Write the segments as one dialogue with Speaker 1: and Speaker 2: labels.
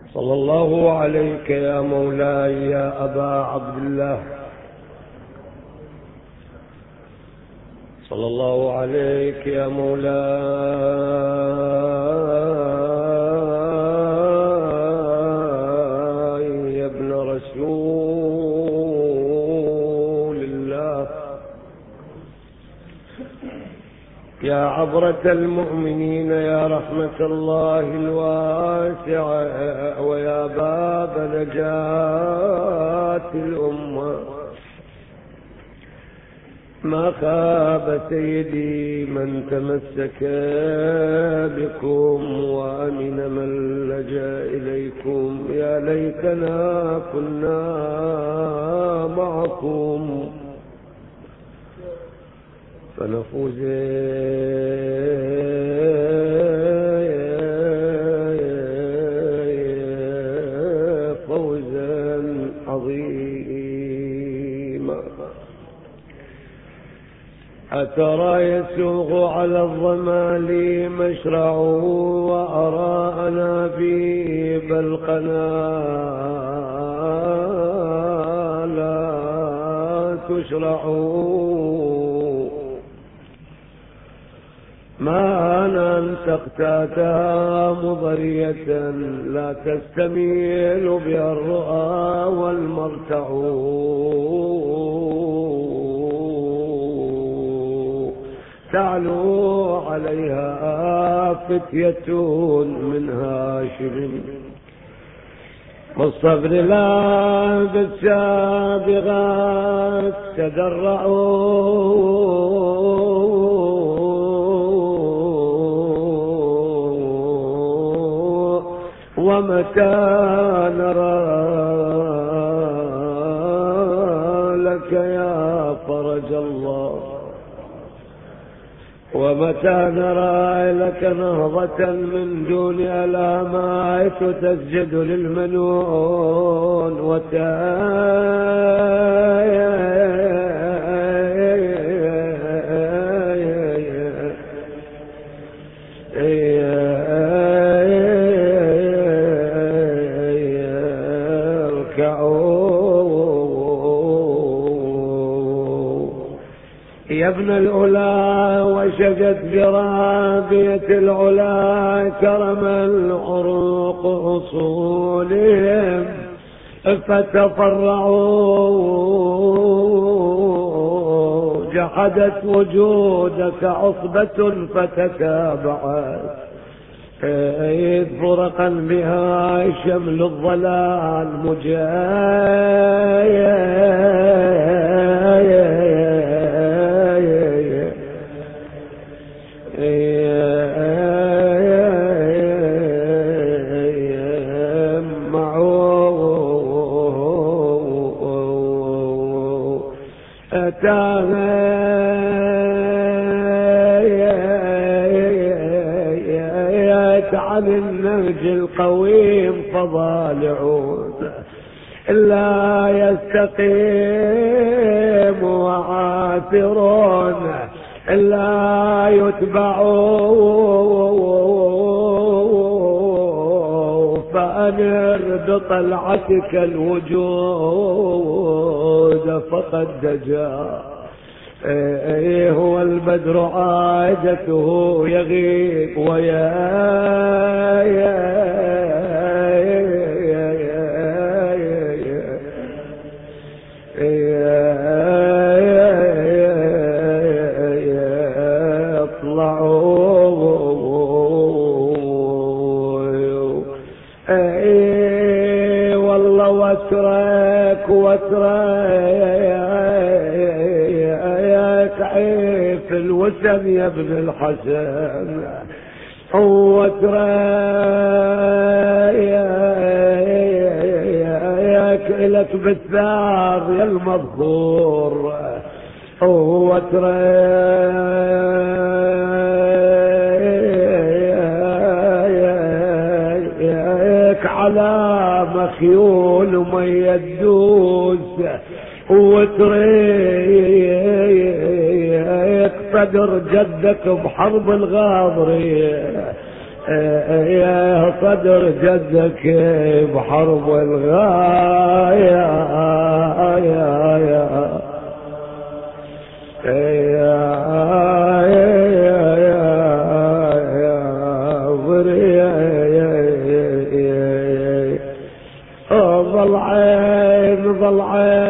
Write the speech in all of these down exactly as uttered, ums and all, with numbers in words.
Speaker 1: صلى الله عليك يا مولاي يا أبا عبد الله، صلى الله عليك يا مولاي يا ابن رسول الله، يا عبرة المؤمنين، يا رحمة الله الواسعة، ويا باب نجاة الأمة. ما خاب سيدي من تمسك بكم وأمن من لجأ إليكم. يا ليتنا كنا معكم فنفوز فوزا عظيما. أترى يسوغ على الضمال مشرع وأرى أنابيب القنا لا تشرع. ما أنا أن تقتاتها مضرية لا تستميل بها الرؤى والمرتع. تعلو عليها فتية من هاشم والصبر لا بالسابغات تدرعوا. ومتى نرى لك يا فرج الله، ومتى نرى لك نهضة من دون ألامات تسجد للمنون يا ابن الأولى وشجت برابية العلا كرم العروق أصولهم فتفرعوا. جحدت وجودك عصبة فتتابعت إذ فرقا بها شمل الضلال مجايا. عن النهج القويم فضالعون لا يستقيم وعاثرون لا يتبعون. فأنر بطلعتك الوجود فقد دجا. إيه هو البدر عادته يغيب ويا يا والله واترك واترك عيف الوسم يا ابن الحسن واترك لك بالثار يا المذكور واترك على مخيول وما يدوس وتريك صدر جدك بحرب الغاضرية يا صدر جدك بحرب الغاية يا يا ظل عين ظل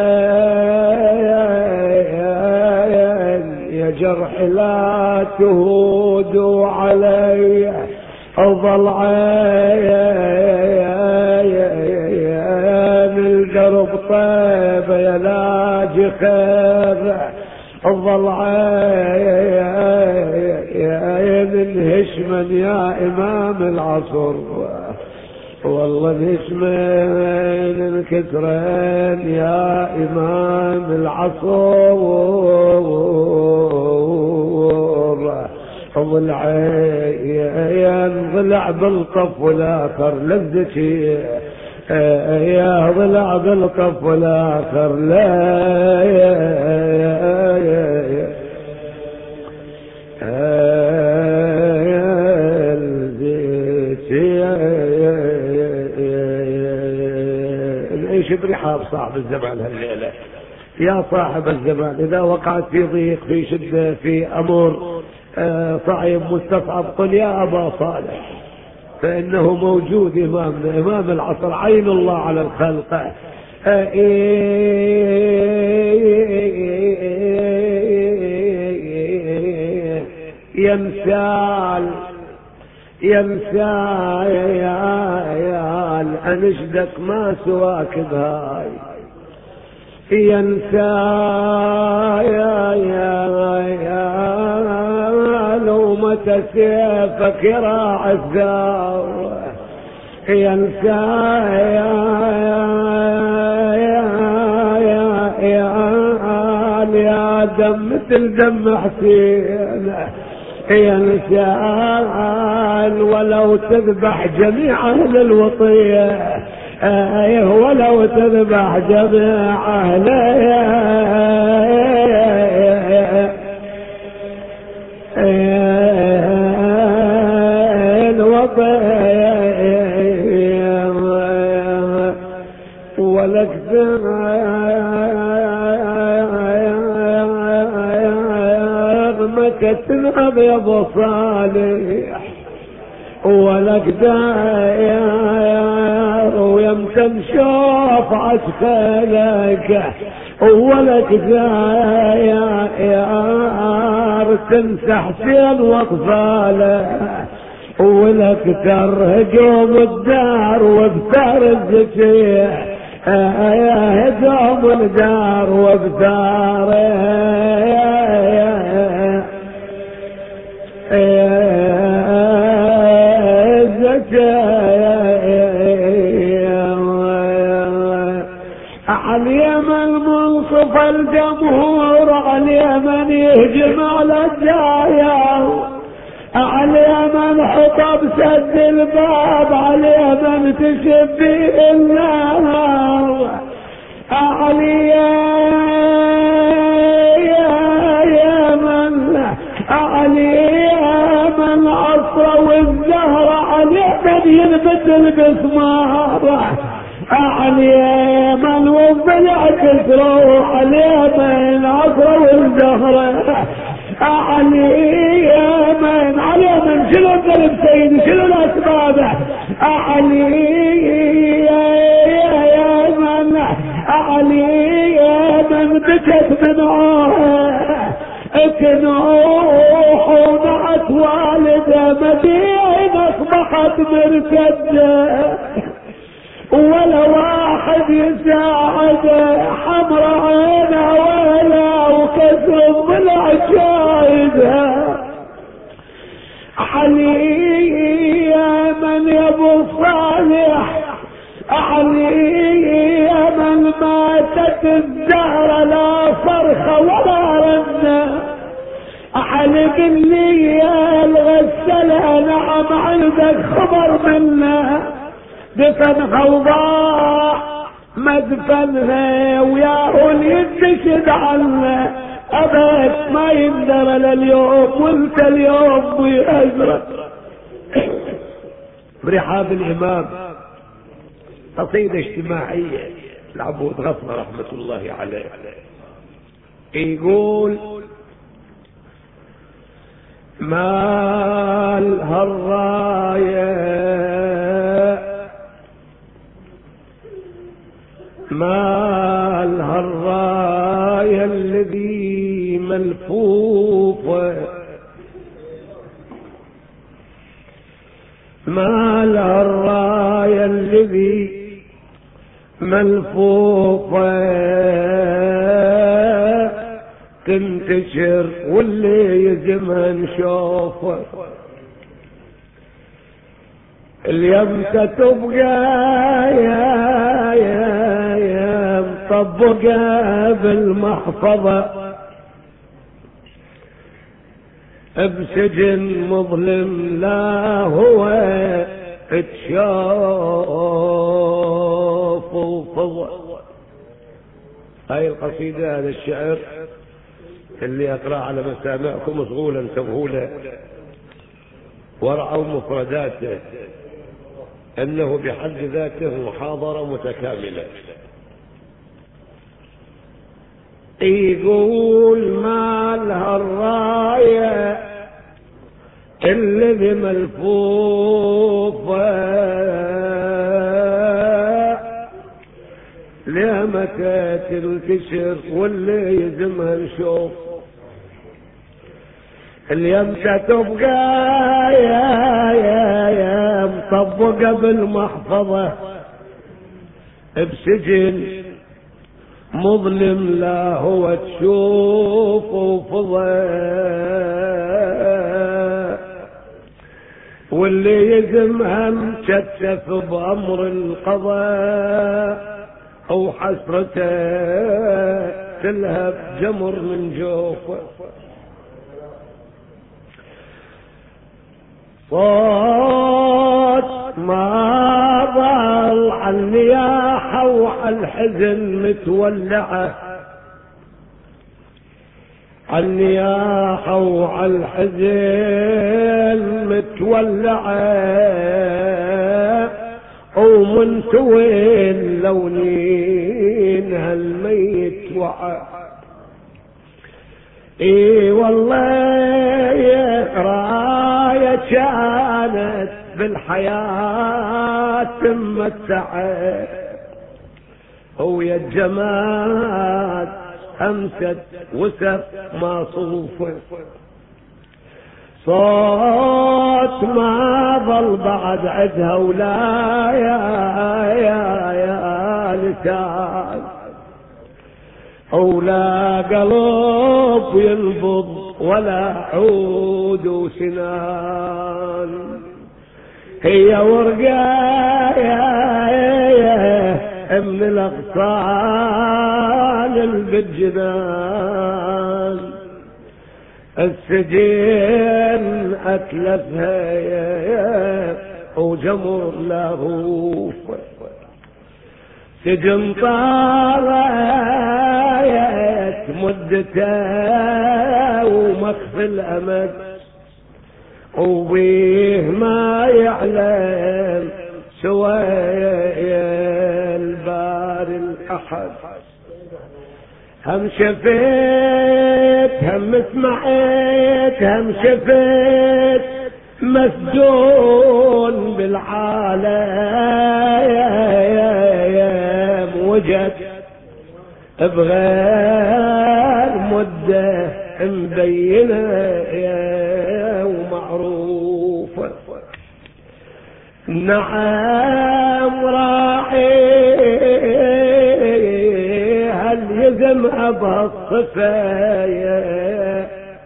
Speaker 1: عين يا جرح لا تهود علي ظل عين القرب طيب يا لاجي خير ظل عين الهشمن يا امام العصر والله الهشمن الكسرين يا امام العصر ضلع ضلع بالقف والاخر لذتي يا ضلع بالقف والاخر لا نعيش برحاب صاحب الزمان هالليله. يا صاحب الزمان إذا وقعت في ضيق في شدة في أمر صعب مستصعب قل يا أبا صالح فإنه موجود إمامنا إمام العصر عين الله على الخلق. يمثال يمثال أنشدك ما سواك بهاي ينسى يا يا يا لو متى سيفك يراعي الثار ينسى يا يا يا يا يا دم مثل دم حسين ينسى ولو تذبح جميع أهل الوطية ايه ولو تذبح جميع اهله ولك مكة ابيض صالح ولك داير ويمكن شوف عسكرك ولك داير تنسى حسين واطفاله ولك ترهجوم الدار وبثار الزكيه يا هجوم الدار وبثار على اليمن منصف الجمهور على اليمن يهجم على الدايا على اليمن حطب سد الباب على اليمن تشبي النار على اليمن على اليمن عصر والزهر على اليمن ينبت البسمار على من والضلع كسروا على من عصر والزهر على من على من شنو القلب سيدي شنو الاسباب على من على من بكت منعوها كنوح ومعت والده مدين اصبحت مرتده ولا واحد يساعد حمر عينه ولا وكسر ضلع شايدها علي يا من يا ابو صالح علي يا من ماتت الزهرة لا صرخة ولا رنة حلق لي يا الغسالة نعم عندك خبر منا دفن خوضاء مدفنها وياه يدشد عنه ابد ما يندر لليوم وانت اليوم بأزرق برحاب الإمام، قصيدة اجتماعية العبود غفر رحمة الله عليه، يقول: مال هالراية مال هالراية الذي ملفوفة، مال هالراية الذي ملفوفة تنتشر واللي يزمها نشوفه، اليوم تبقى يا يا يا مطبقة بالمحفظة بسجن مظلم لا هو تشوف وفضل. هاي القصيدة هذا الشعر اللي أقرأ على مسامعكم صغولا سهولا ورعوا مفرداته أنه بحد ذاته محاضرة متكاملة. يقول: مال هالراية الذي ملفوفة لمتى تنكسر واللي يزمها نشوف، اليوم تبقى يا يا يا مطبقة بالمحفظة بسجن مظلم لا هو تشوف وفضى، واللي يزمها مشتف بأمر القضاء أو حسرته تلهب جمر من جوفه. صوت ما ضل عالنياحة وعالحزن متولعة، عالنياحة وعالحزن متولعة ومنتوي اللونين هالميت وعى. اي والله يا راية كانت بالحياة ممتعة ويا الجمال امست وسف ما صوفه، صوت ما ظل بعد عدها ولا يا يا يا لسان ولا قلب ينبض ولا عود وسنان، هي ورقاية من الأغصان بالجنان، السجن أتلفها يا وجمر لاهوف، سجن طالت مدته ومخفي الأمد وبيه ما يعلم سوى البار الأحد. هم شفيت هم سمعت هم شفيت مسجون بالعالم وجد بغير مدة مبينة ومعروفة. نعم راحي هل يزمها بهالصفايا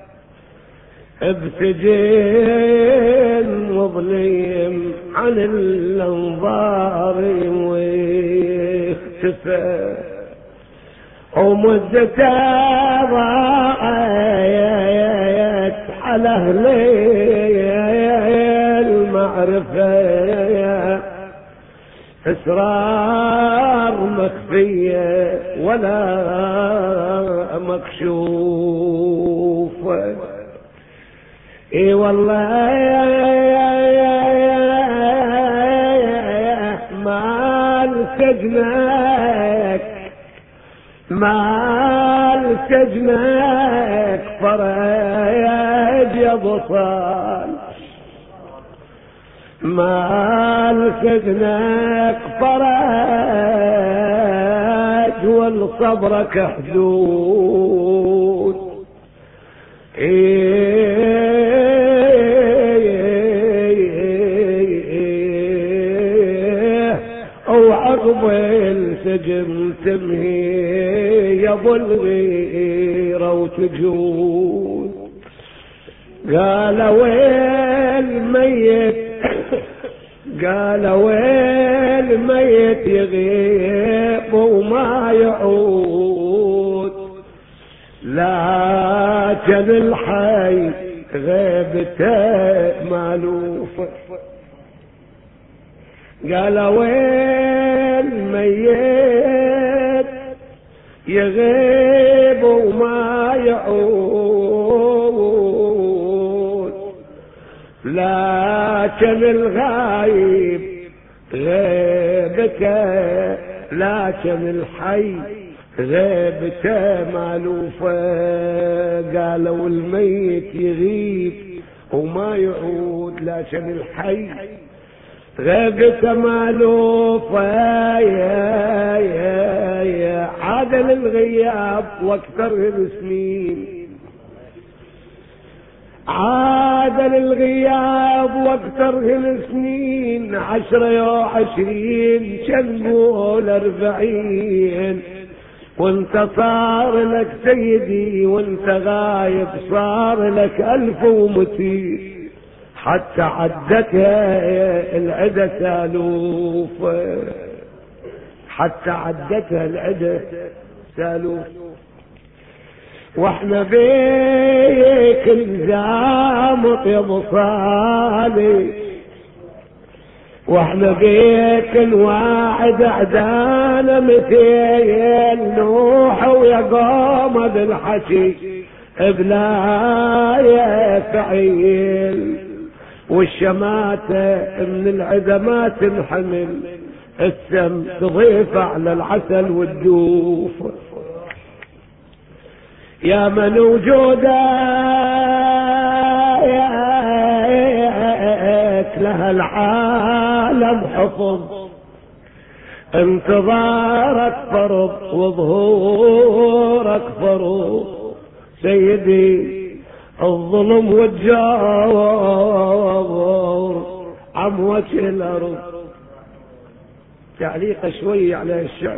Speaker 1: بسجن مظلم عن الانظار واختفى ومدته ضاعت على اهلي المعرفة، اسرار مخفية ولا مكشوفة. اي والله يا يا يا مال سجنك مال سجنك فرج يا بصال مال سجنك فرج والصبرك حدود ايه وعقب السجن تمهي يا ابو الغيره وتجود قالوا الميت قالوا الميت يغيب وما يعود لكن الحي غيبته مالوفه قالوا الميت يغيب وما يعود لكن الغايب غيبته لكن الحي غيبته مالوفه قالوا الميت يغيب وما يعود لكن الحي غيبته مالوفه يا يا يا عادل الغياب واكثر السنين عادل الغياب واكثر السنين عشرة يا عشرين شنقول اربعين وانت صار لك سيدي وانت غايب صار لك الف ومتين حتى عدتها العدة سالوف حتى عدتها العدة سالوف واحنا بيك الزامط يا مصالي واحنا بيك الواعد اعدانا مثيل نوح ويقوم بالحكي بلا يفعيل والشماتة من العدا ما تنحمل السم تضيف على العسل والدوف يا من وجودك لها العالم حفظ انتظارك فرض وظهورك فرض سيدي الظلم والجور عموك الارض تعليق شوي على الشعر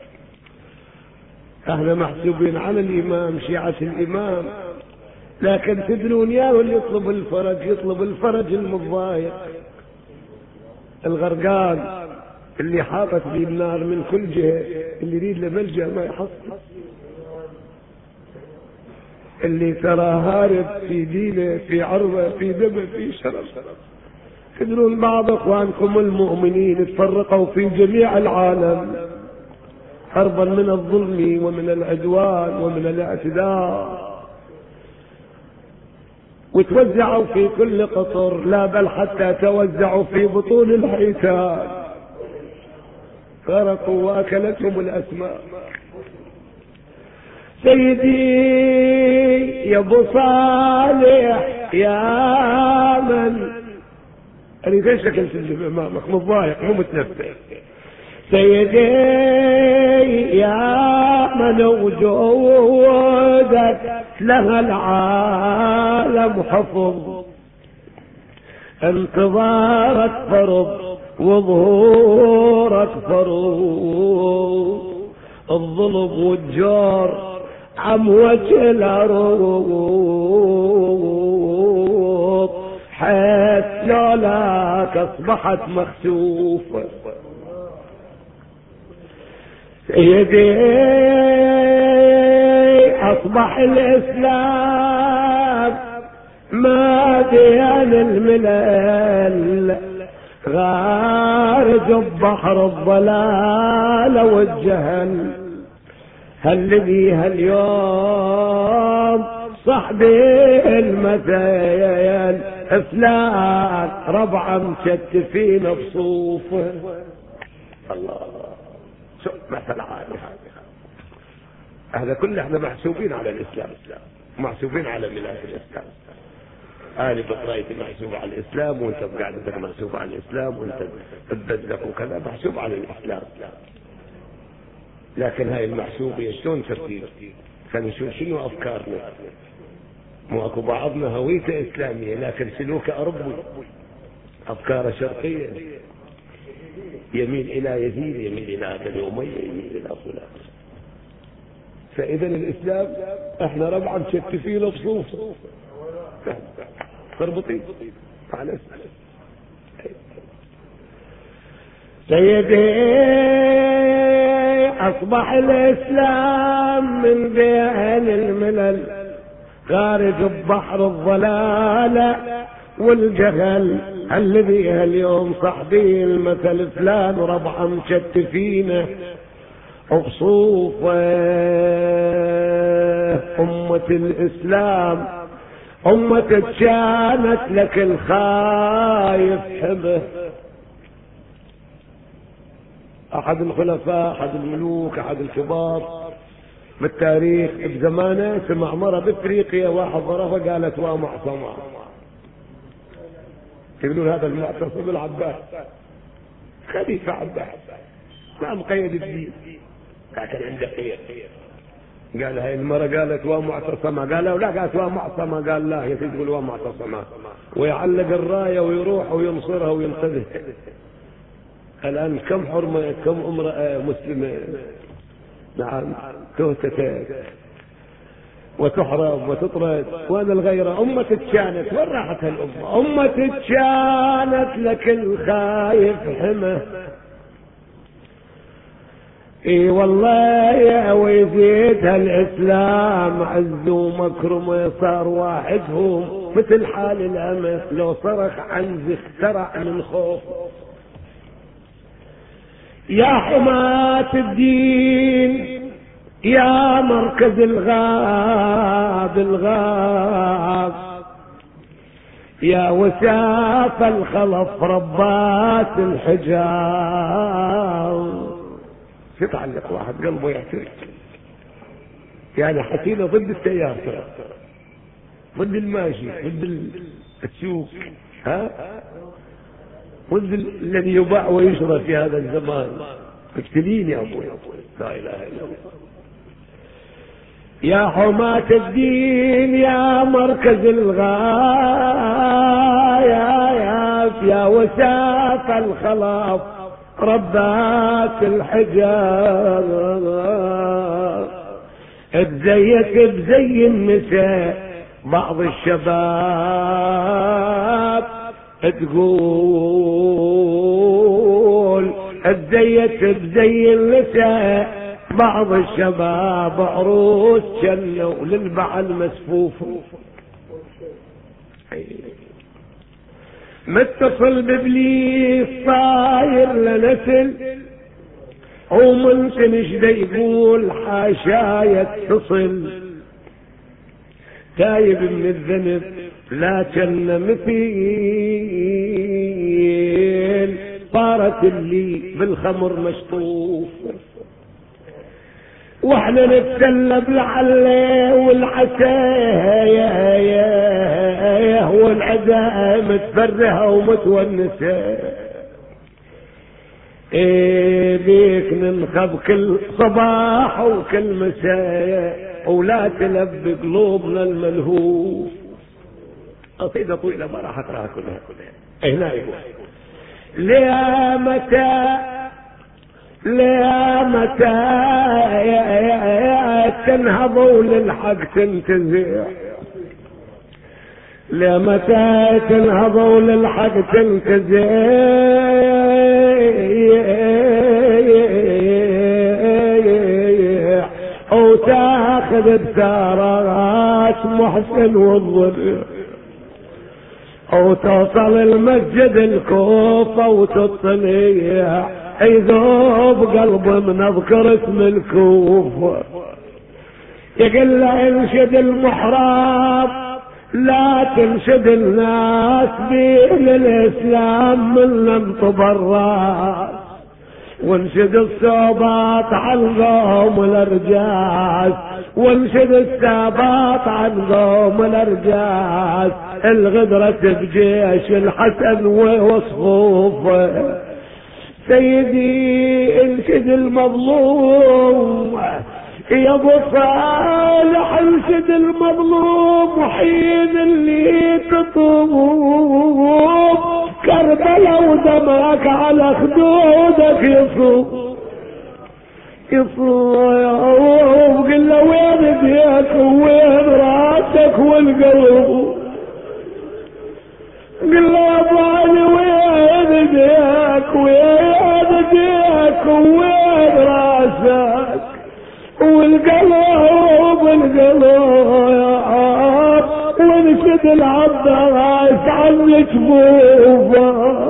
Speaker 1: احنا محسوبين على الامام شيعة الامام لكن تدرون يا اللي يطلب الفرج يطلب الفرج المضايق الغرقان اللي حاطت به النار من كل جهة اللي يريد لملجأ ما يحصل اللي ترى هارب في دينه في عرضه في دمه في شرف تدرون بعض اخوانكم المؤمنين تفرقوا في جميع العالم هربا من الظلم ومن العدوان ومن الاعتداء وتوزعوا في كل قطر لا بل حتى توزعوا في بطون الحيتان غرقوا واكلتهم الاسماء سيدي يا ابو صالح يا من اريد ايش شكلت اللي امامك متضايق مو متنفس سيدي يا من وجودك لها العالم حفظ انتظارك فرض وظهورك فرض الظلم والجار عموك الارض حيث لولاك اصبحت مخسوفه سيدي اصبح الاسلام ما ديان الملل غارج بحر الضلال والجهل هالذي هاليوم صحبي المثايل افلاك ربع مشتفين بصوفه الله مثل عالي. هذا كله احنا محسوبين على الإسلام، محسوبين على ميلاد الإسلام. أنا بقرايتي محسوب على الإسلام، وأنت بقعدتك محسوب على الإسلام، وأنت بدك وكذا محسوب على الإسلام. لكن هاي المحسوبية شلون ترتيب؟ خلينا نشوف شنو أفكارنا. مو أكو بعضنا هويته إسلامية لكن سلوكه أوروبي، أفكاره شرقية، يميل إلى يزيد، يميل إلى بني أمية، يميل إلى فلان. فإذا الإسلام احنا ربعا مشتفين بصوف تربطين على سيدي. أصبح الإسلام من بين الملل خارج ببحر الضلالة والجهل الذي اليوم صاحبي المثل فلان ربعا مشتفينه بصوفه. أمة الإسلام أمة كانت لك الخايف حبه. أحد الخلفاء، أحد الملوك، أحد الكبار بالتاريخ بزمانه سمع مرة بافريقيا واحد ضربه قالت ومعصمة. يقولون هذا المعتصم العباس خليفة عباس ما مقيد الدين لكن عنده خير. قال هاي المرة قالت ومعتصمة، قال لا قالت ومعصمة، قال لا هي تقول ومعتصمة، ويعلق الراية ويروح وينصرها وينقذها. الآن كم حرمة كم امرأة مسلمة نعم تهتك وتحرم وتطرد. وين الغيرة؟ أمة كانت وين راحت الأمة؟ أمة كانت لك الخايف حمى. اي والله يا ويزيد هالإسلام عز ومكرمه صار واحدهم مثل حال الأمس لو صرخ عنز اخترع من خوف. يا حماة الدين يا مركز الغاب الغاب يا وساف الخلف ربات الحجاب. يتعلق واحد قلبه يحترق يعني حكينا ضد التيار، ضد الماشي، ضد السوق، ها ضد الذي يباع ويشرى في هذا الزمان. اكتلين يا ابوي، لا اله الا الله. يا حماة الدين يا مركز الغاية يا يا وساف الخلاف ربات الحجاب. اتزيت بزي النساء بعض الشباب تقول اتزيت بزي النساء بعض الشباب عروس شنوا للبعل مسفوف. متصل بابليس صاير لنسل وممكن ايش دا يقول حاشا يتصل. تايب من الذنب لكن مثيل صارت اللي بالخمر مشطوف. واحنا نتسلب لعله والعسايه والعزاء متفرهه ومتونسه. ايه بيك ننخب كل صباح وكل مساء ولا تلب قلوبنا الملهوف. قصيدة طويلة ما راح اقراها كلها كلها. هنا يقول ليه متى ليه متى تنهضوا للحق تنتزع. ليه متى تنهضوا للحق تنتزع وتاخذ بثارات محسن والضرع وتوصل المسجد الكوفة وتطلع يذوب قلب من اذكر اسم الكوفة. يقول له انشد المحراب لا تنشد الناس بين الاسلام من انطب الراس. وانشد السباط على القوم الارجاس، وانشد السباط على القوم الارجاس، الغدرة بجيش الحسن وصفوفه. سيدي انشد المظلوم يا ابو صالح، انشد المظلوم وحين اللي تطوب كربلاء ودمعك على خدودك يصوب يصوب. قل له وين ايديك وين راسك والقلب، قل له يا ابو علي وين ايديك وين ايديك وين راسك والقلب والقلب يا عاب. وانشد العباس عن جفوفه،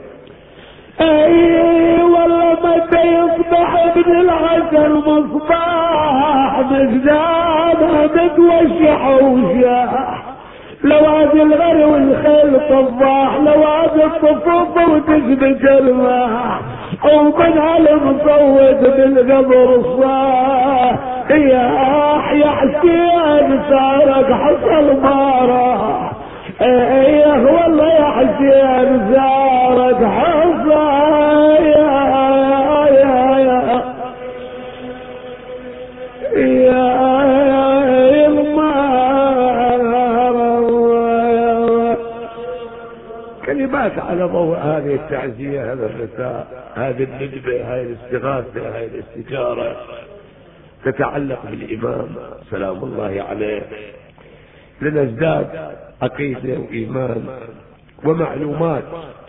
Speaker 1: اي والله متى يصبح ابن العسل مصباح بزادها بتوشح وشاح. لو هذه الغري والخيل طفاح، لو هذه الصفوف وتثبت الماح، ومن على مصوت بالقبر الصاح. يا يا حسين صارك حصل ما راح، ايه والله يا حسين صارك حصل يا يا يا يا كلمات على ضوء هذه التعزية، هذا الرثاء، هذه الندبة، هذه الاستغاثة، هذه الاستجارة تتعلق بالإمام سلام الله عليه، لنزداد عقيدة وإيمان ومعلومات.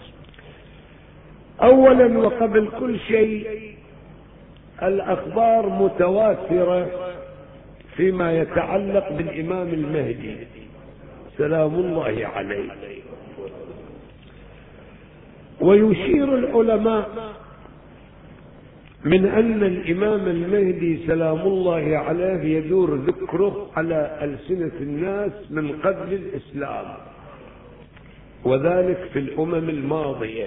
Speaker 1: أولا وقبل كل شيء الأخبار متواترة فيما يتعلق بالإمام المهدي سلام الله عليه، ويشير العلماء من أن الإمام المهدي سلام الله عليه يدور ذكره على ألسنة الناس من قبل الإسلام، وذلك في الأمم الماضية.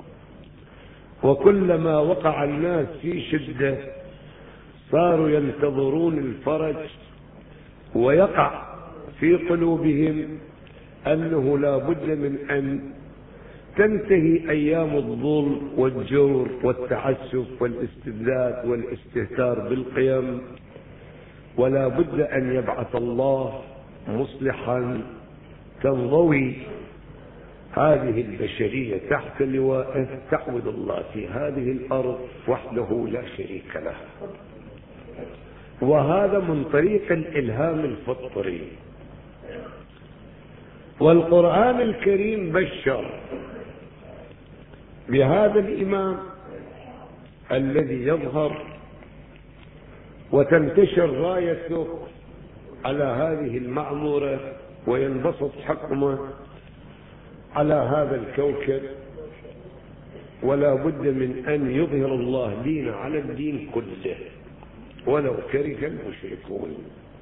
Speaker 1: وكلما وقع الناس في شدة صاروا ينتظرون الفرج، ويقع في قلوبهم أنه لا بد من أن تنتهي أيام الظلم والجور والتعسف والاستبداد والاستهتار بالقيم، ولا بد أن يبعث الله مصلحا تنضوي هذه البشرية تحت لوائه، تعبد الله في هذه الأرض وحده لا شريك له. وهذا من طريق الإلهام الفطري. والقرآن الكريم بشر بهذا الإمام الذي يظهر وتنتشر رايته على هذه المعمورة وينبسط حكمه على هذا الكوكب، ولا بد من أن يظهر الله دين على الدين كله ولو كره المشركون.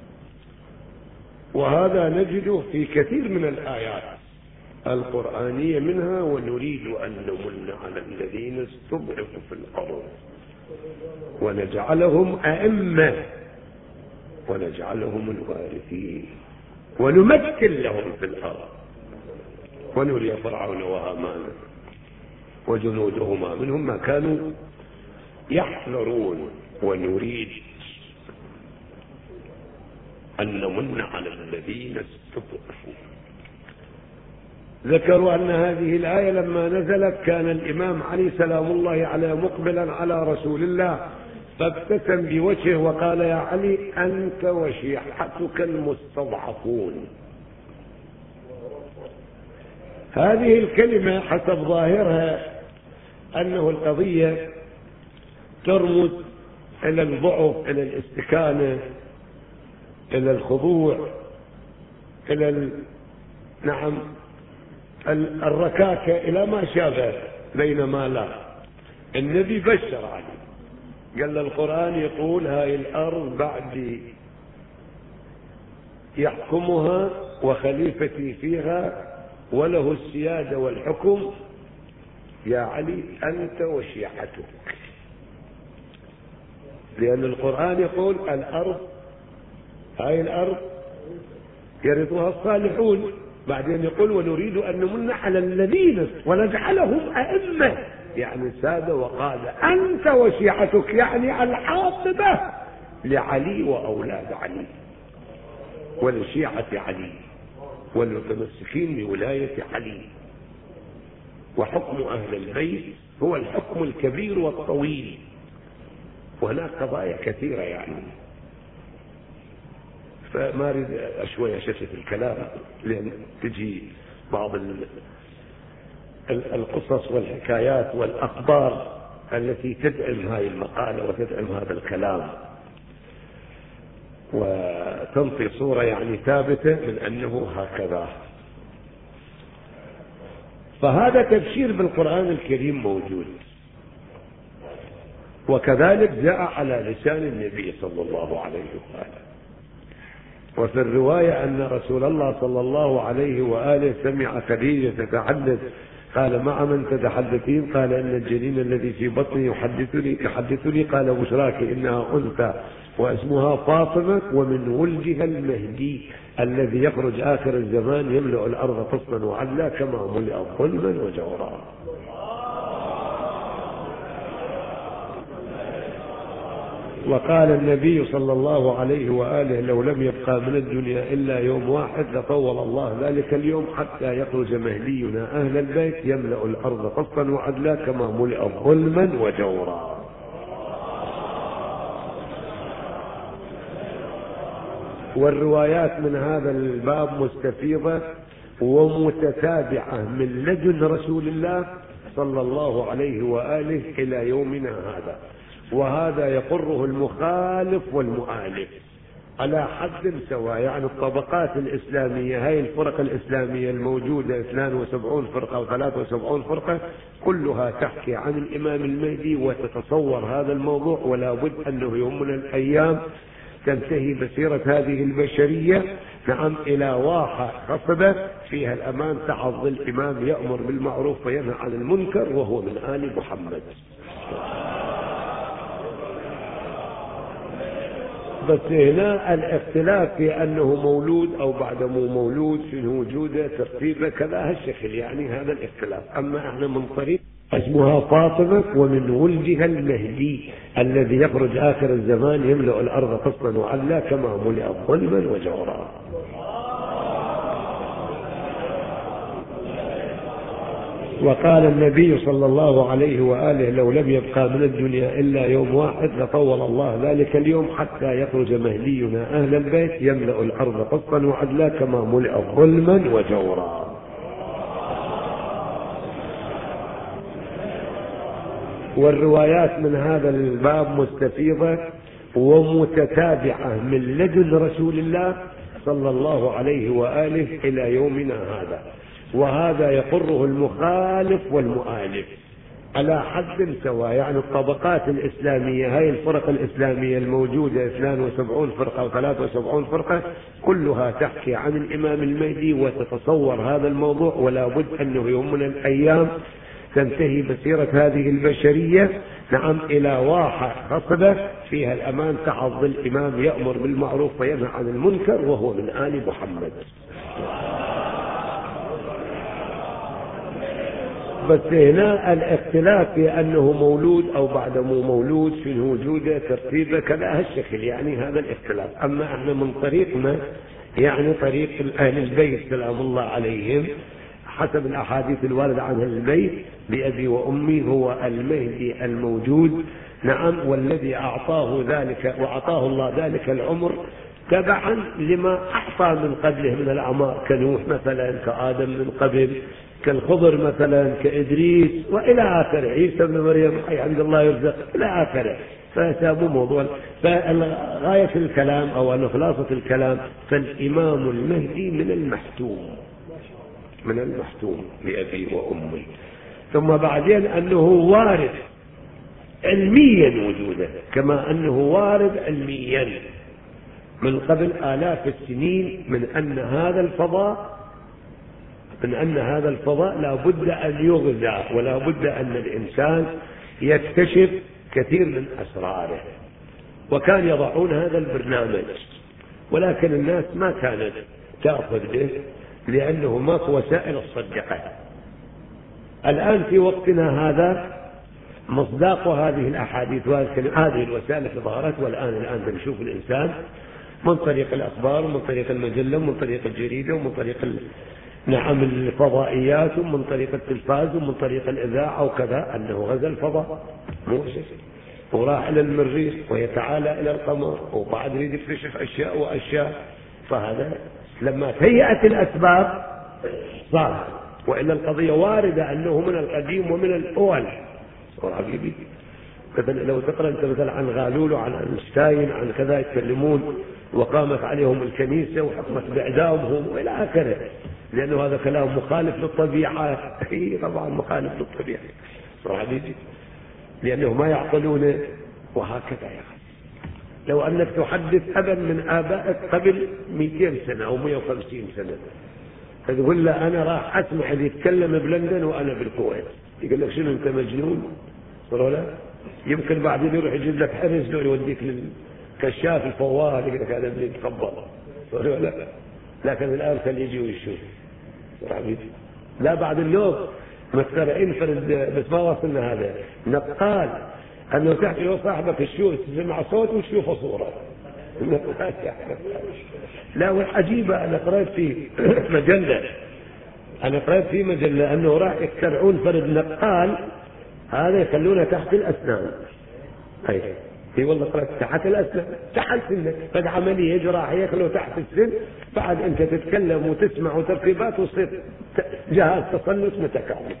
Speaker 1: وهذا نجده في كثير من الآيات القرآنية، منها ونريد أن نمن على الذين استضعفوا في الأرض ونجعلهم أئمة ونجعلهم الوارثين ونمكن لهم في الأرض ونري فرعون وهامان وجنودهما منهم ما كانوا يحذرون. ونريد أن نمن على الذين استضعفوا. ذكروا أن هذه الآية لما نزلت كان الإمام علي سلام الله عليه مقبلا على رسول الله، فابتسم بوجهه وقال: يا علي أنت وشيعتك المستضعفون. هذه الكلمة حسب ظاهرها أنه القضية ترمز إلى الضعف، إلى الاستكانة، إلى الخضوع، إلى ال... نعم الركاكة، إلى ما شابه، بينما لا، النبي بشر عليه، قال القرآن يقول: هاي الأرض بعدي يحكمها وخليفتي فيها وله السيادة والحكم، يا علي أنت وشيعتك. لأن القرآن يقول الأرض، هاي الأرض يرثها الصالحون، بعدين يقول ونريد أن نمن على الذين ونجعلهم أئمة، يعني السادة وقادة، أنت وشيعتك، يعني العاقبة لعلي وأولاد علي ولشيعة علي والمتمسكين بولاية علي. وحكم أهل البيت هو الحكم الكبير والطويل، وهناك قضايا كثيرة يعني، فما أريد أشوي أشتت الكلام، لأن تجي بعض القصص والحكايات والأخبار التي تدعم هذه المقالة وتدعم هذا الكلام، وتنطي صورة يعني ثابتة من أنه هكذا. فهذا تبشير بالقرآن الكريم موجود، وكذلك جاء على لسان النبي صلى الله عليه وآله. وفي الرواية أن رسول الله صلى الله عليه وآله سمع خديجة تتحدث، قال مع من تتحدثين؟ قال إن الجنين الذي في بطني يحدثني يحدثني قال بشراك إنها أنثى واسمها فاطمة ومن ولدها المهدي الذي يخرج آخر الزمان يملأ الأرض قسطا وعدلا كما ملئت ظلما وجورا. وقال النبي صلى الله عليه وآله لو لم يبقى من الدنيا إلا يوم واحد لطول الله ذلك اليوم حتى يخرج مهدينا أهل البيت يملأ الأرض قسطا وعدلا كما ملئت ظلما وجورا. والروايات من هذا الباب مستفيضة ومتتابعة من لدن رسول الله صلى الله عليه وآله إلى يومنا هذا، وهذا يقره المخالف والمؤالف على حد سواء. يعني الطبقات الإسلامية، هاي الفرق الإسلامية الموجودة اثنين وسبعين فرقة وثلاثة وسبعين فرقة كلها تحكي عن الإمام المهدي وتتصور هذا الموضوع، ولا بد أنه يوم من الأيام تنتهي مسيرة هذه البشرية نعم إلى واحة خصبة فيها الأمان تحت ظل الإمام يأمر بالمعروف وينهى عن المنكر وهو من آل محمد. بس هنا الاختلاف في أنه مولود أو بعد مو مولود، شنو وجوده ترتيبه كذا هالشكل، يعني هذا الاختلاف. أما احنا من طريق اسمها فاطمة ومن ولدها المهدي الذي يخرج آخر الزمان يملأ الأرض قسطا وعدلا كما ملئت ظلما وجورا. وقال النبي صلى الله عليه وآله لو لم يبقى من الدنيا إلا يوم واحد لطول الله ذلك اليوم حتى يخرج مهدينا أهل البيت يملأ الأرض قسطا وعدلا كما ملئت ظلما وجورا. والروايات من هذا الباب مستفيضة ومتتابعة من لدن رسول الله صلى الله عليه وآله إلى يومنا هذا، وهذا يقره المخالف والمؤالف على حد سواء. يعني الطبقات الإسلامية، هاي الفرق الإسلامية الموجودة اثنين وسبعين فرقة وثلاثة وسبعين فرقة كلها تحكي عن الإمام المهدي وتتصور هذا الموضوع، ولا بد أنه يوم من الأيام تنتهي مسيرة هذه البشرية نعم إلى واحة خصبة فيها الأمان تحت ظل الإمام يأمر بالمعروف وينهى عن المنكر وهو من آل محمد. بس هنا الاختلاف في أنه مولود أو بعد مو مولود، شنو وجوده ترتيبه كذا هالشكل، يعني هذا الاختلاف. أما احنا من طريقنا يعني طريق أهل البيت سلام الله عليهم حسب الأحاديث الواردة عن أهل البيت بأبي وأمي هو المهدي الموجود نعم، والذي أعطاه ذلك وأعطاه الله ذلك العمر تبعا لما أعطى من قبله من الأعمار، كنوح مثلا، كآدم من قبل، كالخضر مثلا، كإدريس وإلى آخره، عيسى بن مريم حي عند الله يرزق إلى آخره. فسابوا موضوع. فغاية الكلام أو أن خلاصة الكلام فالإمام المهدي من المحتوم من المحتوم لأبي وأمي. ثم بعدين أنه وارد علميا وجوده كما أنه وارد علميا من قبل آلاف السنين من أن هذا الفضاء من أن هذا الفضاء لا بد أن يغذى ولا بد أن الإنسان يكتشف كثير من أسراره. وكان يضعون هذا البرنامج، ولكن الناس ما كانت تأخذ به لأنه ماكو وسائل تصدقه. الآن في وقتنا هذا مصداق هذه الأحاديث وهذه الوسائل التي ظهرت، والآن الآن بنشوف الإنسان من طريق الأخبار ومن طريق المجلة ومن طريق الجريدة ومن طريق نعم الفضائيات ومن طريق التلفاز ومن طريق الإذاعة وكذا أنه غزا الفضاء موسى وراح إلى المريخ ويتعالى إلى القمر وبعد يريد يكتشف أشياء وأشياء. فهذا لما تهيأت الأسباب صار، وإلا القضية واردة أنه من القديم ومن الأول. حبيبي مثلا لو تقرأ أنت مثلا عن غالول وعن أينشتاين عن كذا يتكلمون وقامت عليهم الكنيسة وحكمت بإعدامهم وإلى آخره، لأنه هذا كلام مخالف للطبيعة. طبعا مخالف للطبيعة حبيبي، لأنه ما يعقلون. وهكذا يا أخي لو أنك تحدث أبا من آبائك قبل مئتين سنة أو مئة وخمسين سنة تقول له أنا راح أسمع اللي يتكلم بلندن وأنا بالكويت، يقول لك شنو أنت مجنون؟ صار لا يمكن بعدين يروح يجيب لك حرز لو يوديك للكشاف الفوار يقول لك هذا اللي يتخبط. صار لا لكن الآن كان يجي ويشوف لا بعد اليوم مخترعين فرد بس ما وصلنا هذا نقال أنه تحكي له صاحبك الشو تسمع صوت وتشوف صورة. لا والعجيبة أنا قرأت في مجلة أنا قرأت في مجلة أنه راح يخترعون فرد نقال هذا يخلونه تحت الأسنان. أي في والله قرأت تحت الأسنان تحت السن قد عملية جراحية يخلوه تحت السن، بعد أنت تتكلم وتسمع وتركيبات وتصير جهاز تصنت متكامل.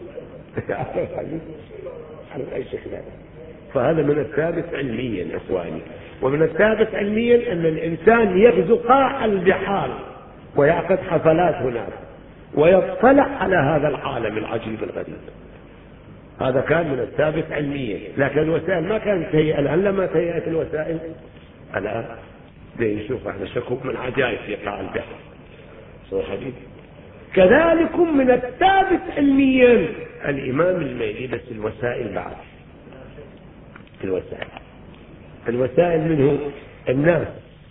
Speaker 1: على أي شكل. فهذا من الثابت علميا إخواني، ومن الثابت علميا أن الإنسان يغزو قاع البحار ويعقد حفلات هناك ويطلع على هذا العالم العجيب الغريب. هذا كان من الثابت علميا، لكن الوسائل ما كانت تهيئة. الآن لما تهيئت الوسائل الآن نشوف احنا شكوك من عجائب في قاع البحر. صحيح حبيبي. كذلك من الثابت علميا الإمام المهدي، بس الوسائل بعد الوسائل الوسائل منه الناس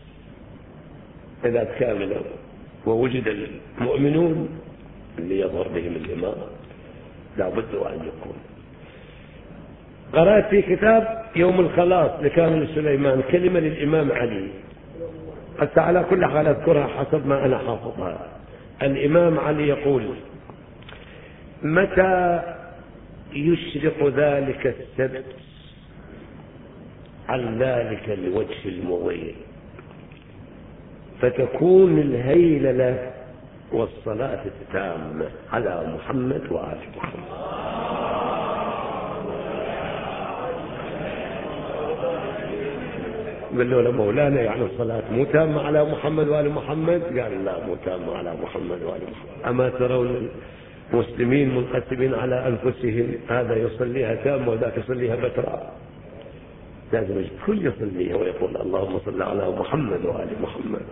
Speaker 1: إذا تكاملوا ووجد المؤمنون اللي يظهر بهم الإمام لا بد أن يكون. قرأت في كتاب يوم الخلاص لكامل سليمان كلمة للإمام علي، حتى على كل حال أذكرها حسب ما أنا حافظها. الإمام علي يقول: متى يشرق ذلك السبت عن ذلك الوجه المضيء فتكون الهيللة والصلاة التامة على محمد وآل محمد. قال له مولانا يعني الصلاة مو تامة على محمد وآل محمد؟ قال لا مو تامة على محمد وآل محمد. أما ترون المسلمين منقسمين على أنفسهم، هذا يصليها تامة وذاك يصليها بتراء؟ لازم الكل يصليها ويقول اللهم صل على محمد وآل محمد.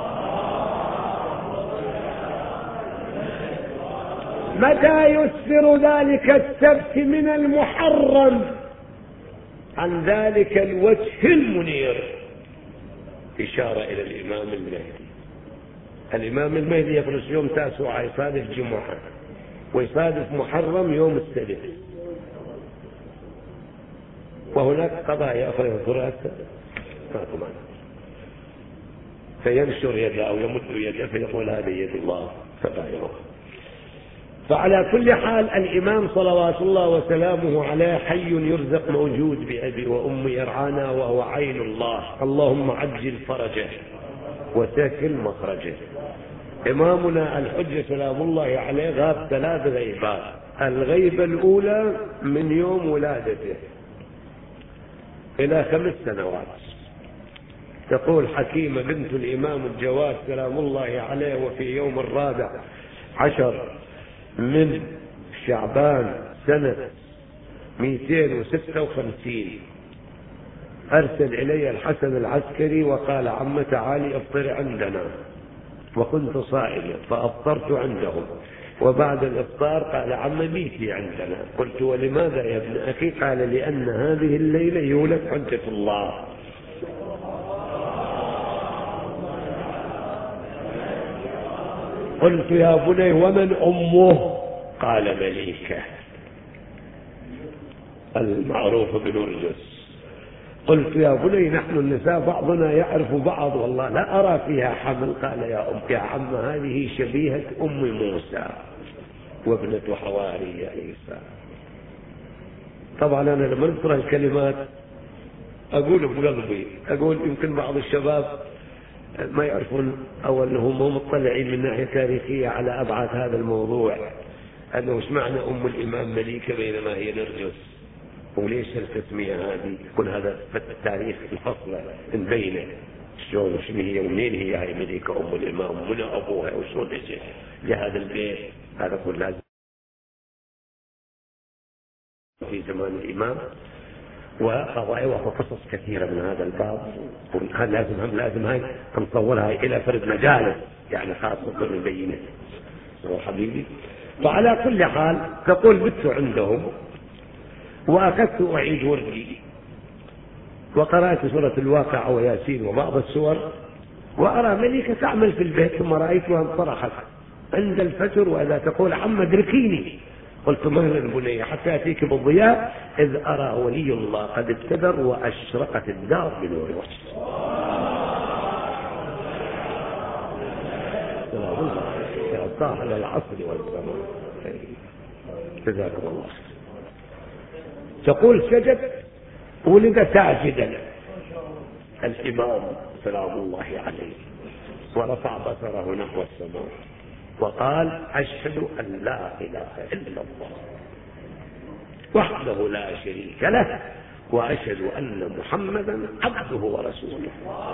Speaker 1: متى يسفر ذلك السبت من المحرم عن ذلك الوجه المنير؟ إشارة إلى الإمام المهدي. الإمام المهدي يخرج يوم تاسوعة يصادف جمعة ويصادف محرم يوم السبت، وهناك قضايا أخرى يذكرها فينشر يده أو يمد يده فيقول هذه يد الله فغيره. فعلى كل حال الإمام صلوات الله وسلامه عليه حي يرزق موجود بأبي وأمي يرعانا وهو عين الله، اللهم عجل فرجه وسكن مخرجه. إمامنا الحجة سلام الله عليه غاب ثلاث غيبات. الغيبة الأولى من يوم ولادته إلى خمس سنوات. تقول حكيمة بنت الإمام الجواد سلام الله عليه وفي يوم الرابع عشر من شعبان سنة مئتين وستة وخمسين أرسل إلي الحسن العسكري وقال عم تعالي افطر عندنا، وكنت صائما فأفطرت عندهم، وبعد الإفطار قال عم بيتي عندنا. قلت ولماذا يا ابن أخي؟ قال لأن هذه الليلة يولد حجة الله. قلت يا بني ومن أمه؟ قال مليكة المعروف بنرجس. قلت يا بني نحن النساء بعضنا يعرف بعض والله لا أرى فيها حمل. قال يا أم يا عم هذه شبيهة أم موسى وابنة حواري عيسى. طبعا أنا لما أذكر الكلمات أقول بقلبي، أقول يمكن بعض الشباب ما يعرفون أو أنهم مطلعين من ناحية تاريخية على أبعاد هذا الموضوع، أنه إيش معنى أم الإمام مليكة بينما هي نرجس، وليش التسمية هذه؟ يكون هذا في التاريخ الفصل بينه شلون وش هي ومنين هي هاي مليكة أم الإمام ومن أبوها وشلون اجت لهذا البيت. هذا كله لازم في زمان الإمام وقضايا وقصص كثيرة من هذا الباب. هذا لازم هم لازم هاي نصورها إلى فرد مجالس يعني خاصة نبينه حبيبي. وعلى كل حال تقول بت عندهم وأخذت أعيد وردي وقرأت سورة الواقع وياسين وبعض السور وأرى ملكة تعمل في البيت ثم رأيتها انطرحت عند الفجر وإذا تقول عم ادركيني. قلت مهلا بني حتى أتيك بالضياء إذ أرى ولي الله قد ابتدر وأشرقت الدار بنور وجهه. يا صاحب العصر والزمان جزاكم الله. تقول سجد ولد ساجدا الإمام سلام الله عليه ورفع بصره نحو السماء وقال أشهد أن لا إله إلا الله وحده لا شريك له وأشهد أن محمدا عبده ورسوله.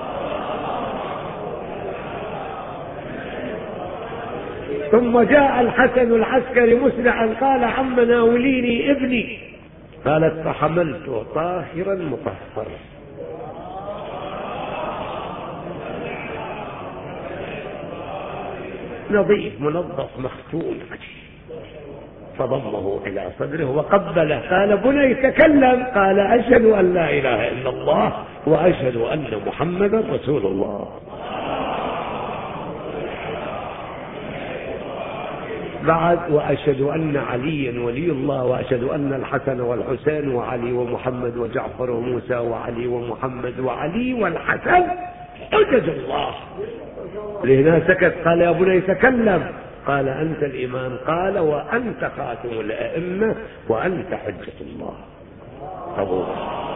Speaker 1: ثم جاء الحسن العسكري مسرعا قال عم ناوليني ابني. قالت فحملته طاهرا مطهرا. نظيف منظف مختوم فضمه إلى صدره وقبله. قال بني تكلم. قال أشهد أن لا إله إلا الله وأشهد أن محمدا رسول الله. بعد وأشهد أن عليا ولي الله وأشهد أن الحسن والحسين وعلي ومحمد وجعفر وموسى وعلي ومحمد وعلي والحسن حجج الله. لهنا سكت. قال يا بني تكلم. قال أنت الإمام. قال وأنت خاتم الأئمة وأنت حجة الله. أبوه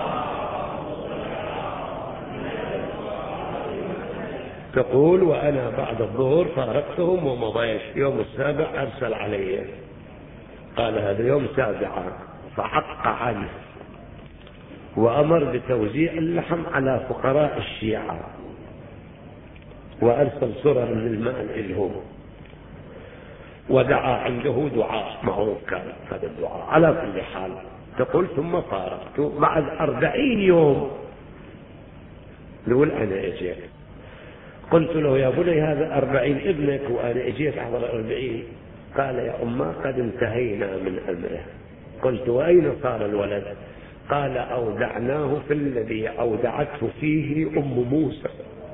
Speaker 1: تقول وأنا بعد الظهر فارقتهم ومضيت. يوم السابع أرسل علي قال هذا يوم سابعة فحق عنه وأمر بتوزيع اللحم على فقراء الشيعة وأرسل سرر من الماء لهم ودعا عنده دعاء معروف كان هذا الدعاء. على كل حال تقول ثم فارقت بعد أربعين يوم نقول أنا أجيت. قلت له يا بني هذا أربعين ابنك وأنا أجيت على أربعين. قال يا أمه قد انتهينا من أمره. قلت وأين صار الولد؟ قال أودعناه في الذي أودعته فيه أم موسى.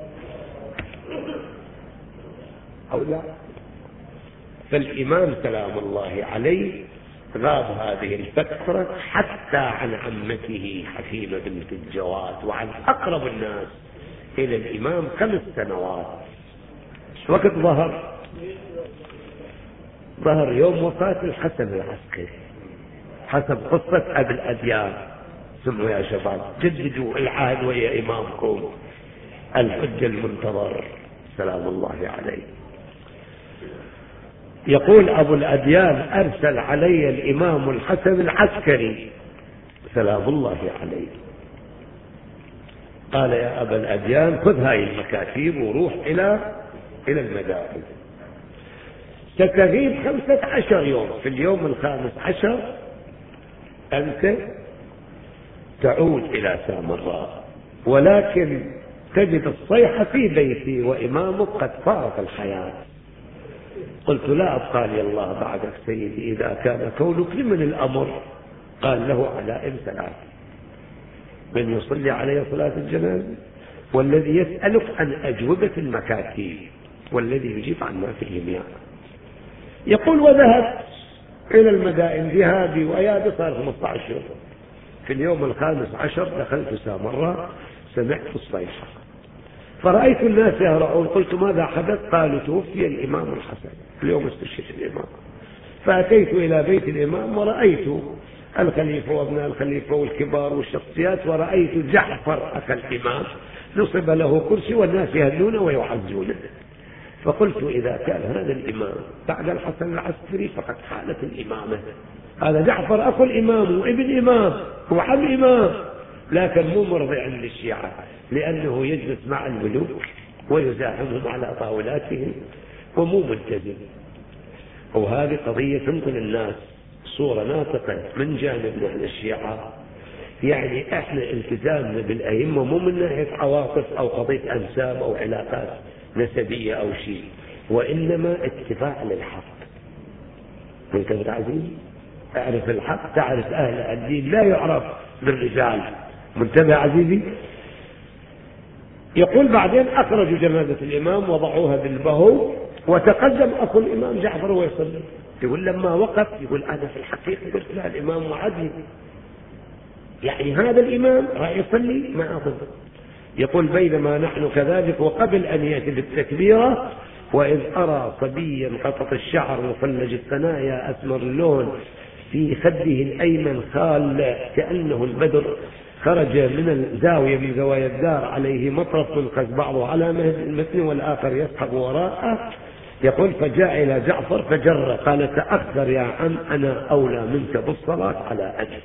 Speaker 1: أو لا. فالإمام سلام الله عليه غاب هذه الفترة حتى عن عمته حكيمة بنت الجواد وعن أقرب الناس إلى الإمام خمس سنوات. وقت ظهر ظهر يوم وفاة الحسن العسكري حسب قصة أبي الأديان. سمعوا يا شباب جددوا العهد ويا إمامكم الحج المنتظر سلام الله عليه. يقول أبو الأديان أرسل علي الإمام الحسن العسكري سلام الله عليه قال يا أبا الأديان خذ هاي المكاتيب وروح إلى إلى المدائن. ستغيب خمسة عشر يوم. في اليوم الخامس عشر أنت تعود إلى سامراء ولكن تجد الصيحة في بيتي وإمامك قد فارق الحياة. قلت لا أبقى لي الله بعدك سيدي إذا كان كونك لمن الأمر. قال له علائم ثلاث: من يصلي عليه صلاة الجنازة والذي يسألك عن أجوبة المكاتيب والذي يجيب عن ما في الجميع. يقول وذهبت إلى المدائن ذهابي وأيادي صار خمسة عشر يوم. في اليوم الخامس عشر دخلت سامراء سمعت الصيحة فرأيت الناس يهرعون. قلت ماذا حدث؟ قالوا توفي الإمام الحسن، اليوم استشهد الإمام. فأتيت إلى بيت الإمام ورأيت الخليفة وابن الخليفة والكبار والشخصيات، ورأيت جعفر أخ الإمام نصب له كرسي والناس يهدون ويعزونه. فقلت إذا كان هذا الإمام بعد الحسن العسكري فقد حالت الإمامة. هذا جعفر أخو الإمام وابن إمام وعم إمام، لكن مو مرضي عند الشيعة لأنه يجلس مع الملوك ويزاحمهم على طاولاتهم ومو ملتزم. وهذه قضية تنقل الناس صورة ناطقة من جانبنا احنا الشيعة. يعني احنا التزامنا بالأئمة مو من ناحية عواطف أو قضية أنساب أو علاقات نسبية أو شيء، وإنما اتباع للحق. منتبه عزيز؟ اعرف الحق تعرف أهل الدين، لا يعرف بالرجال. منتبه عزيزي؟ يقول بعدين أخرجوا جنازة الإمام وضعوها بالبهو وتقدم أخو الإمام جعفر ويصلي. يقول لما وقف يقول أنا في الحقيقة قلت لا الإمام وعدني، يعني هذا الإمام راح يصلي ما أظن. يقول بينما نحن كذلك وقبل أن يأتي بالتكبيرة وإذ أرى صبيا قطط الشعر مفلج الثنايا أسمر اللون في خده الأيمن خال كأنه البدر خرج من الزاوية من زوايا الدار عليه مطرف منقذ بعضه على المتن والآخر يسحب وراءه. يقول فجاء إلى جعفر فجر قال تأخر يا عم أنا أولى منك بالصلاة على أجل.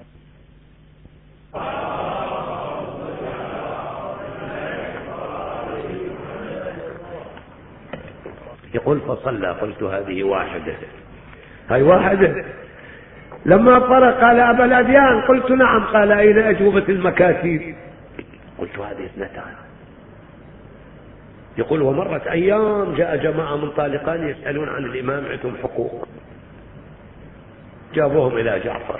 Speaker 1: يقول فصلى. قلت هذه واحدة، هاي واحدة. لما فرق قال أبا الأديان. قلت نعم. قال أين أجوبة المكاتيب؟ قلت هذه اثنتان. يقول ومرت أيام جاء جماعة من طالقان يسألون عن الإمام عندهم حقوق، جابوهم إلى جعفر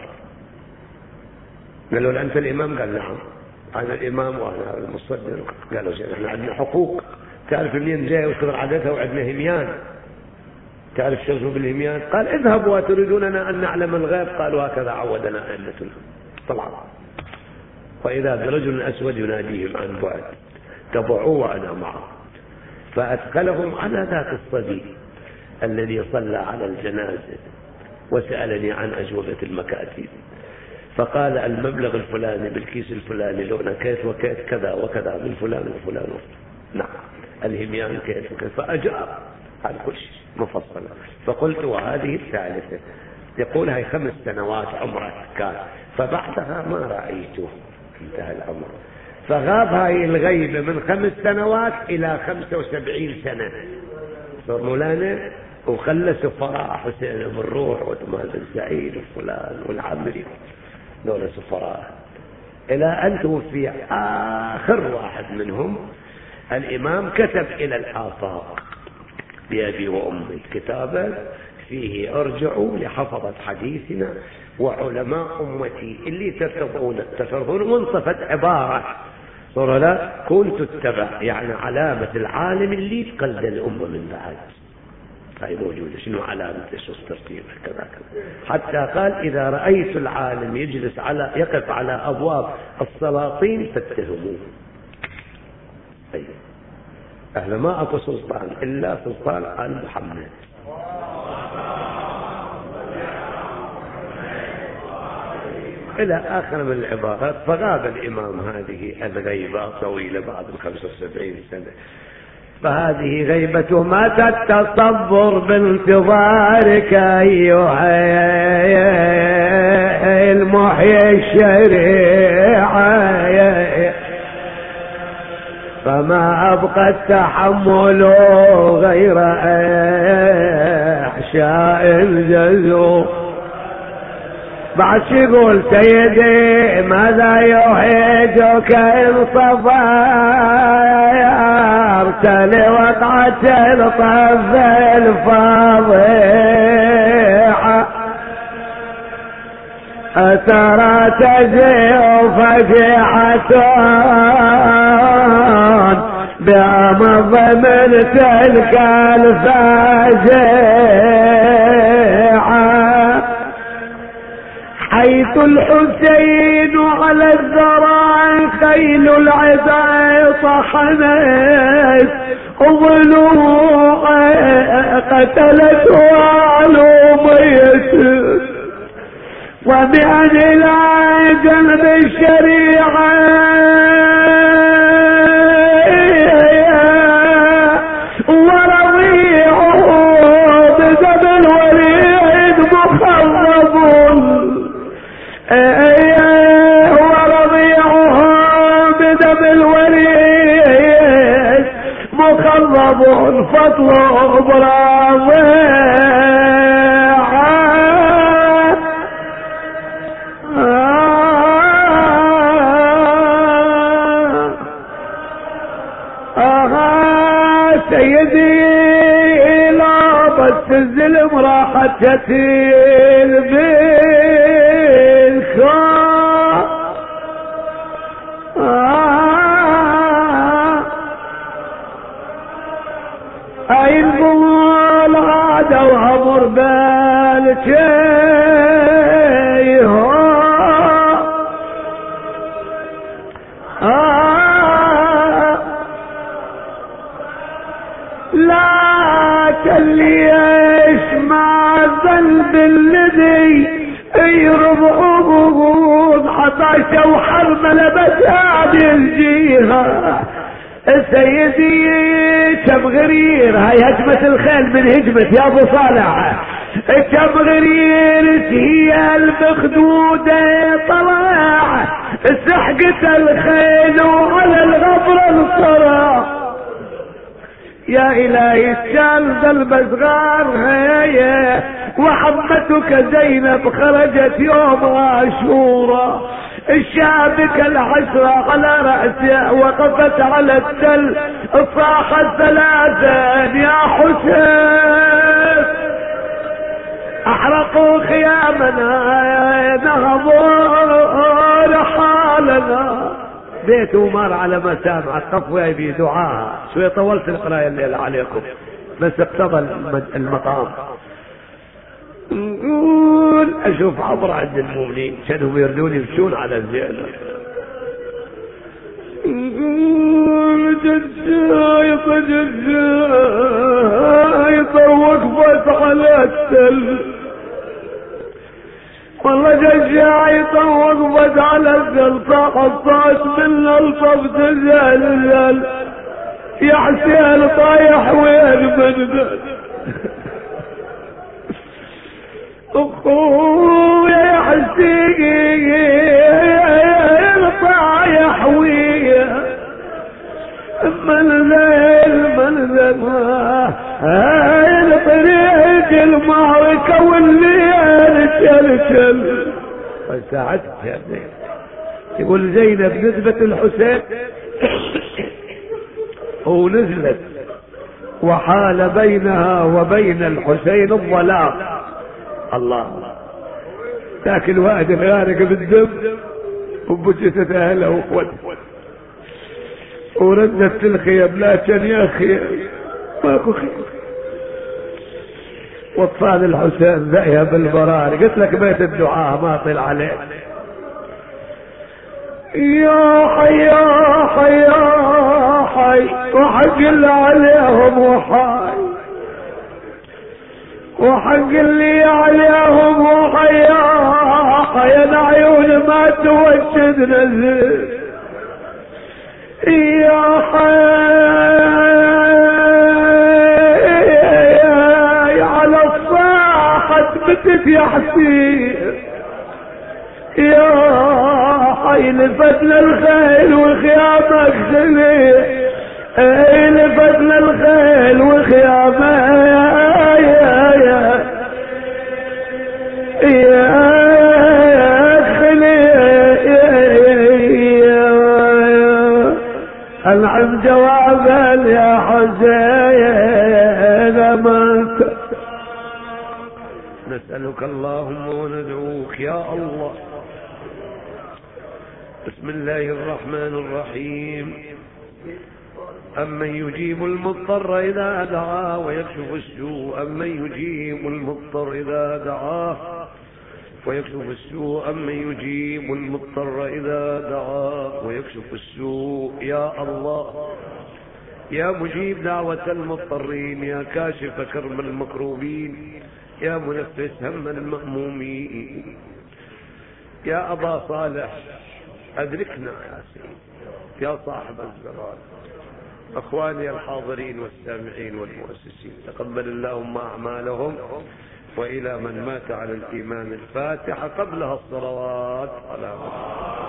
Speaker 1: قالوا أنت الإمام؟ قال نعم أنا الإمام وأنا المصدر. قالوا نحن عندنا حقوق، تعرف منين جاي وشغل عادتها وعندنا هميان، تعرف شغل بالهميان؟ قال اذهبوا وتريدوننا أن نعلم الغيب؟ قالوا هكذا عودنا أئمتنا. طلعوا وإذا برجل أسود يناديهم عن بعد تبعوه وأنا معه، فأدخلهم على ذاك الصبي الذي صلى على الجنازة وسألني عن أجوبة المكاتب، فقال المبلغ الفلاني بالكيس الفلاني لونه كيف وكيف كذا وكذا من فلان وفلان. نعم الهميان كيف وكيف. فأجاب عن كل شيء مفصلا. فقلت وهذه الثالثة. يقول هاي خمس سنوات عمره كان، فبعدها ما رأيته انتهى الأمر. فغاب هاي الغيبة من خمس سنوات إلى خمسة وسبعين سنة صار مولانا، وخلى سفراء حسين بن روح وثمان بن سعيد وفلان والعمري دول سفراء إلى أن توفي آخر واحد منهم. الإمام كتب إلى الآفاق بأبي وأمي كتابا فيه ارجعوا لحفظة حديثنا وعلماء أمتي اللي ترتضون تفرضون. وانصفت عبارة صار لا كنت تتبع، يعني علامة العالم اللي تقلد الأمة من بعد. هاي موجودة. شنو علامة شو الترتيب كذا كذا. حتى قال إذا رأيت العالم يجلس على يقف على أبواب السلاطين فاتهموه. أيوه أهل ما أكو سلطان إلا سلطان آل محمد. إلى آخر من العبارات. فغاب الإمام هذه الغيبة طويلة بعد الخمسة وسبعين سنة. فهذه غيبته ما تتصبر بانتظارك أيها المحيي الشريعة، فما أبقى التحمل غير أحشاء الجزو. بعد يقول سيدي ماذا يحيجك إن صفرت لوقعة الطف الفاضحة، أترى تجيء فجيعة بمضى من تلك الفاجعة حيث الحسين على الذراع خيل العدا طحنت ضلوع قتلت وعلوميت وبأن العجل بالشريعة ورضيعه بذب الوليد مخضب ورضيعه بدم الوليد مخضب فاطلب راضعا سيدي لا بس الزلم راحت تتيل بالخاء اي الضوال عاد وامر بالشيء اللي يسمع ذنب الذي يربعوه حطاشه وحرمله بساد الجيهة سيدي كم غرير هاي هجمة الخيل من هجمة يا ابو صالح كم غرير هي المخدودة طلع سحقت الخيل وعلى الغبر الصراع يا الهي الشال ذنب صغار هي وحمتك زينب خرجت يوم عاشورا الشابك العشرة على رأسها وقفت على التل صاحت ثلاثا يا حسين احرقوا خيامنا نهضوا رحالنا بيت ومر على مسامع الطفوة يبي دعاء شوي طولت القراءة الليلة عليكم بس اقتضى المقام. نقول اشوف عبر عند المؤمنين كانوا يردون يمشون على الزينة. نقول جزايطة جزايطة وقفت على التل والله جزايطة وقفت على التل طاقت من الطف تزلزل يا حسين طايح وين من ذل اخويا يا حسين طايح ويا منزل منزل هاي طريق المعركة والليل تلتل فساعدت يا زين. يقول زينب نزلت الحسين ونزلت وحال بينها وبين الحسين الظلام الله تاكل واحد غارق بالدم وبجت اهلها واخوته وردت الخيم لكن يا اخي ماكو خير واطفال الحسين ذهب بالبراري قلت لك بيت الدعاء ما طل عليه يا حي يا حي يا حي وحق اللي عليهم وحي وحق اللي عليهم وحي يا حي العيون ما توجد نزل يا حي على الصاحة بتت يا حسين يا حي لفتنا الخيل وخيامك سلي اي لفتنا الخيل وخيامك يا يا يا العم جوابا يا حسين منك نسألك اللهم وندعوك يا الله. بسم الله الرحمن الرحيم. أمن يجيب المضطر إذا دعاه ويكشف السوء أمن يجيب المضطر إذا دعاه ويكشف السوء أمن يجيب المضطر إذا دعاه ويكشف السوء. يا الله يا مجيب دعوة المضطرين، يا كاشف كرب المكروبين، يا منفس هم المأمومين، يا أبا صالح أدركنا يا سيدي يا صاحب الزمان. أخواني الحاضرين والسامعين والمؤسسين، تقبل اللهم أعمالهم، وإلى من مات على الإيمان الفاتحة قبلها الصلوات على